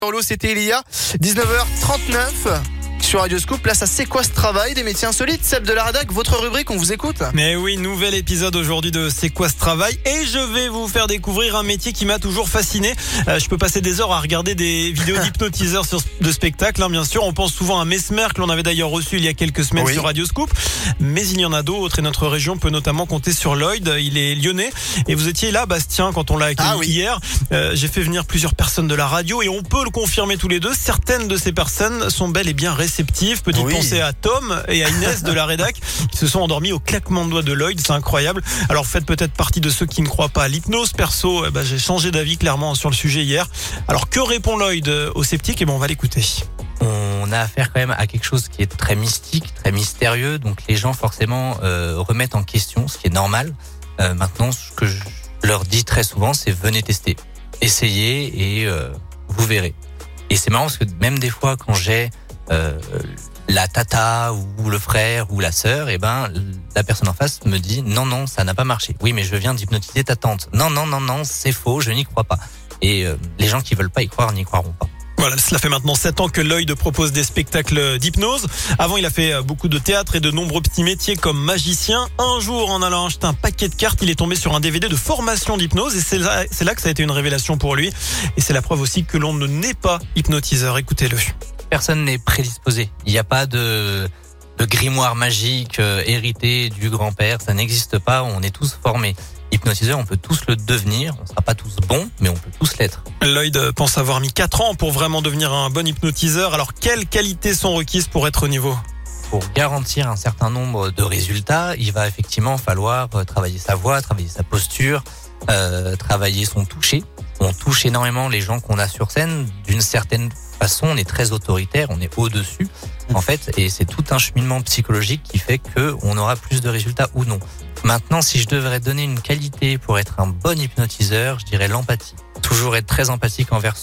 Paulo, c'était il y a 19h39 sur Radio Scoop. Là, ça c'est quoi ce travail des métiers insolites? Seb de la Rédac, votre rubrique, on vous écoute. Mais oui, nouvel épisode aujourd'hui de C'est quoi ce travail? Et je vais vous faire découvrir un métier qui m'a toujours fasciné. Je peux passer des heures à regarder des vidéos d'hypnotiseurs de spectacles, bien sûr. On pense souvent à Mesmer, que l'on avait d'ailleurs reçu il y a quelques semaines sur Radio Scoop. Mais il y en a d'autres et notre région peut notamment compter sur Lloyd. Il est lyonnais. Et vous étiez là, Bastien, quand on l'a accueilli hier. J'ai fait venir plusieurs personnes de la radio et on peut le confirmer tous les deux. Certaines de ces personnes sont bel et bien réceptives. Petite pensée à Tom et à Inès de la Rédac qui se sont endormis au claquement de doigts de Lloyd. C'est incroyable. Alors faites peut-être partie de ceux qui ne croient pas à l'hypnose. Perso, j'ai changé d'avis clairement sur le sujet hier. Alors que répond Lloyd aux sceptiques? On va l'écouter. On a affaire quand même à quelque chose qui est très mystique, très mystérieux. Donc les gens forcément remettent en question, ce qui est normal. Maintenant, ce que je leur dis très souvent, c'est venez tester. Essayez et vous verrez. Et c'est marrant parce que même des fois quand j'ai la tata ou le frère ou la sœur, la personne en face me dit non, ça n'a pas marché. Oui, mais je viens d'hypnotiser ta tante. Non, c'est faux, je n'y crois pas. Et les gens qui veulent pas y croire n'y croiront pas. Voilà, cela fait maintenant 7 ans que Lloyd propose des spectacles d'hypnose. Avant, il a fait beaucoup de théâtre et de nombreux petits métiers comme magicien. Un jour, en allant acheter un paquet de cartes, il est tombé sur un DVD de formation d'hypnose et c'est là que ça a été une révélation pour lui. Et c'est la preuve aussi que l'on ne naît pas hypnotiseur. Écoutez-le. Personne n'est prédisposé. Il n'y a pas de grimoire magique hérité du grand-père. Ça n'existe pas. On est tous formés. Hypnotiseur, on peut tous le devenir. On ne sera pas tous bons, mais on peut tous l'être. Lloyd pense avoir mis 4 ans pour vraiment devenir un bon hypnotiseur. Alors, quelles qualités sont requises pour être au niveau? Pour garantir un certain nombre de résultats, il va effectivement falloir travailler sa voix, travailler sa posture, travailler son toucher. On touche énormément les gens qu'on a sur scène. D'une certaine façon, on est très autoritaire, on est au-dessus, en fait, et c'est tout un cheminement psychologique qui fait que on aura plus de résultats ou non. Maintenant, si je devrais donner une qualité pour être un bon hypnotiseur, je dirais l'empathie. Toujours être très empathique envers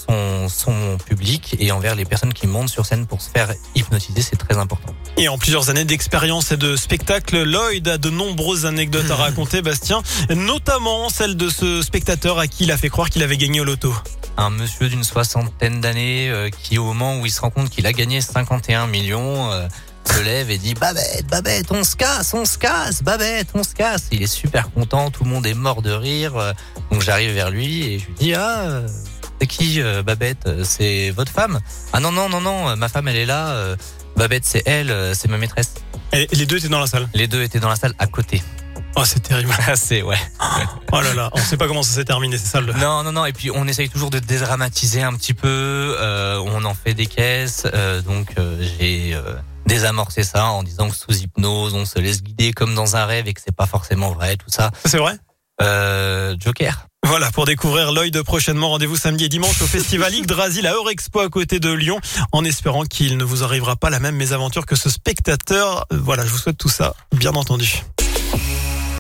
son public et envers les personnes qui montent sur scène pour se faire hypnotiser, c'est très important. Et en plusieurs années d'expérience et de spectacle, Lloyd a de nombreuses anecdotes à raconter, Bastien, notamment celle de ce spectateur à qui il a fait croire qu'il avait gagné au loto. Un monsieur d'une 60aine d'années qui, au moment où il se rend compte qu'il a gagné 51 millions, se lève et dit Babette, on se casse, Babette, on se casse. Il est super content, tout le monde est mort de rire. Donc j'arrive vers lui et je lui dis c'est qui Babette? C'est votre femme? Ah non, ma femme elle est là. Babette c'est elle, c'est ma maîtresse. Et les deux étaient dans la salle? Les deux étaient dans la salle à côté. Oh, c'est terrible. Ouais. Oh là là, on sait pas comment ça s'est terminé, c'est ça. Non. Et puis on essaye toujours de dédramatiser un petit peu. On en fait des caisses. Donc j'ai désamorcé ça en disant que sous hypnose, on se laisse guider comme dans un rêve et que c'est pas forcément vrai, tout ça. C'est vrai? Joker. Voilà, pour découvrir Lloyd prochainement, rendez-vous samedi et dimanche au Festival Yggdrasil à Eurexpo à côté de Lyon, en espérant qu'il ne vous arrivera pas la même mésaventure que ce spectateur. Voilà, je vous souhaite tout ça, bien entendu.